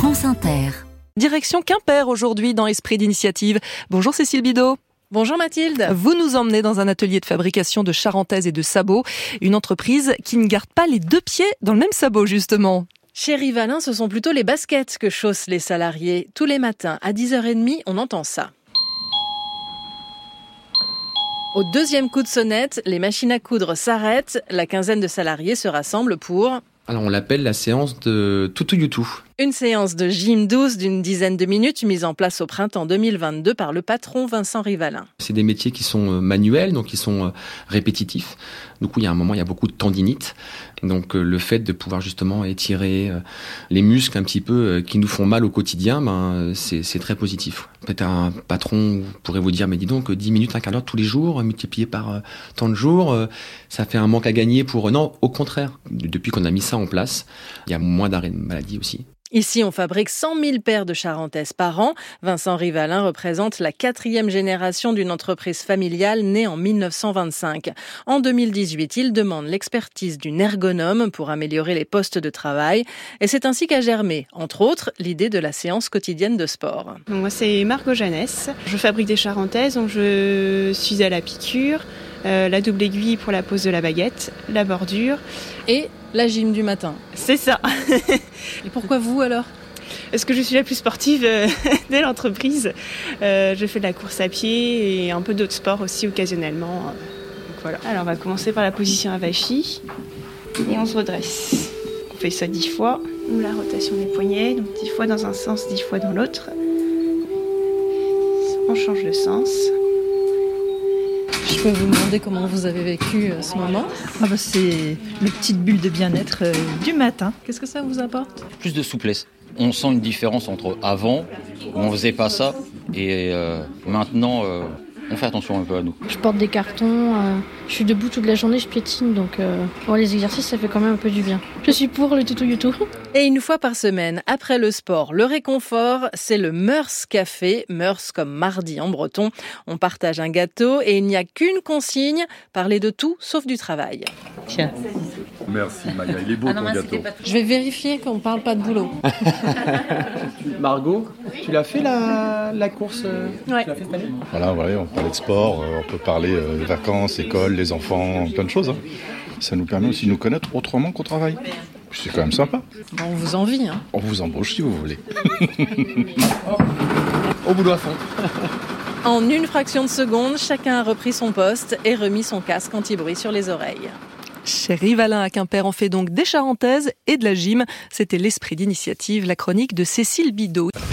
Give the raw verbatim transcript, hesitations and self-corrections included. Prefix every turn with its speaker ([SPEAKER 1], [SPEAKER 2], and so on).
[SPEAKER 1] France Inter.
[SPEAKER 2] Direction Quimper aujourd'hui dans Esprit d'initiative. Bonjour Cécile Bidot.
[SPEAKER 3] Bonjour Mathilde.
[SPEAKER 2] Vous nous emmenez dans un atelier de fabrication de charentaises et de sabots. Une entreprise qui ne garde pas les deux pieds dans le même sabot justement.
[SPEAKER 3] Chez Rivalin, ce sont plutôt les baskets que chaussent les salariés. Tous les matins, à dix heures trente, on entend ça. Au deuxième coup de sonnette, les machines à coudre s'arrêtent. La quinzaine de salariés se rassemblent pour...
[SPEAKER 4] Alors on l'appelle la séance de Tutu Yutu.
[SPEAKER 3] Une séance de gym douce d'une dizaine de minutes mise en place au printemps deux mille vingt-deux par le patron Vincent Rivalin.
[SPEAKER 4] C'est des métiers qui sont manuels, donc qui sont répétitifs. Du coup, il y a un moment, il y a beaucoup de tendinite. Donc le fait de pouvoir justement étirer les muscles un petit peu qui nous font mal au quotidien, ben, c'est, c'est très positif. Peut-être un patron pourrait vous dire, mais dis donc, dix minutes, un quart d'heure tous les jours, multiplié par tant de jours, ça fait un manque à gagner pour... Non, au contraire. Depuis qu'on a mis ça en place, il y a moins d'arrêts de maladie aussi.
[SPEAKER 3] Ici, on fabrique cent mille paires de charentaises par an. Vincent Rivalin représente la quatrième génération d'une entreprise familiale née en dix-neuf cent vingt-cinq. En deux mille dix-huit, il demande l'expertise d'une ergonome pour améliorer les postes de travail. Et c'est ainsi qu'a germé, entre autres, l'idée de la séance quotidienne de sport.
[SPEAKER 5] Moi, c'est Margot Jeannès. Je fabrique des charentaises, donc je suis à la piqûre, euh, la double aiguille pour la pose de la baguette, la bordure.
[SPEAKER 3] Et la gym du matin.
[SPEAKER 5] C'est ça.
[SPEAKER 3] Et pourquoi vous alors ?
[SPEAKER 5] Parce que je suis la plus sportive de l'entreprise. Euh, je fais de la course à pied et un peu d'autres sports aussi occasionnellement. Donc voilà. Alors on va commencer par la position avachi et on se redresse. On fait ça dix fois. Ou la rotation des poignets, donc dix fois dans un sens, dix fois dans l'autre. On change de sens.
[SPEAKER 3] Je peux vous demander comment vous avez vécu euh, ce moment ?
[SPEAKER 6] Ah bah c'est les petites bulles de bien-être euh, du matin.
[SPEAKER 3] Qu'est-ce que ça vous apporte ?
[SPEAKER 7] Plus de souplesse. On sent une différence entre avant, où on faisait pas ça, et euh, maintenant, euh, on fait attention un peu à nous.
[SPEAKER 8] Je porte des cartons, euh, je suis debout toute la journée, je piétine, donc euh, pour les exercices, ça fait quand même un peu du bien. Je suis pour le Tutu Yutu.
[SPEAKER 3] Et une fois par semaine, après le sport, le réconfort, c'est le Meurs Café, Meurs comme mardi en breton. On partage un gâteau et il n'y a qu'une consigne, parler de tout sauf du travail.
[SPEAKER 6] Tiens.
[SPEAKER 9] Merci Maya, il est beau ah non, ton gâteau.
[SPEAKER 3] Je vais vérifier qu'on ne parle pas de boulot.
[SPEAKER 10] Margot, tu l'as fait la, la course euh,
[SPEAKER 3] ouais.
[SPEAKER 10] Tu l'as fait cette année ?
[SPEAKER 9] Voilà, voilà, on parlait de sport, euh, on peut parler euh, des vacances, école, les enfants, plein de choses. Hein. Ça nous permet aussi de nous connaître autrement qu'au travail. C'est quand même sympa.
[SPEAKER 3] Bon, on vous envie. Hein.
[SPEAKER 9] On vous embauche si vous voulez.
[SPEAKER 10] Au boulot à fond.
[SPEAKER 3] En une fraction de seconde, chacun a repris son poste et remis son casque anti-bruit sur les oreilles.
[SPEAKER 2] Chez Rivalin à Quimper, on fait donc des charentaises et de la gym. C'était l'Esprit d'initiative, la chronique de Cécile Bidot.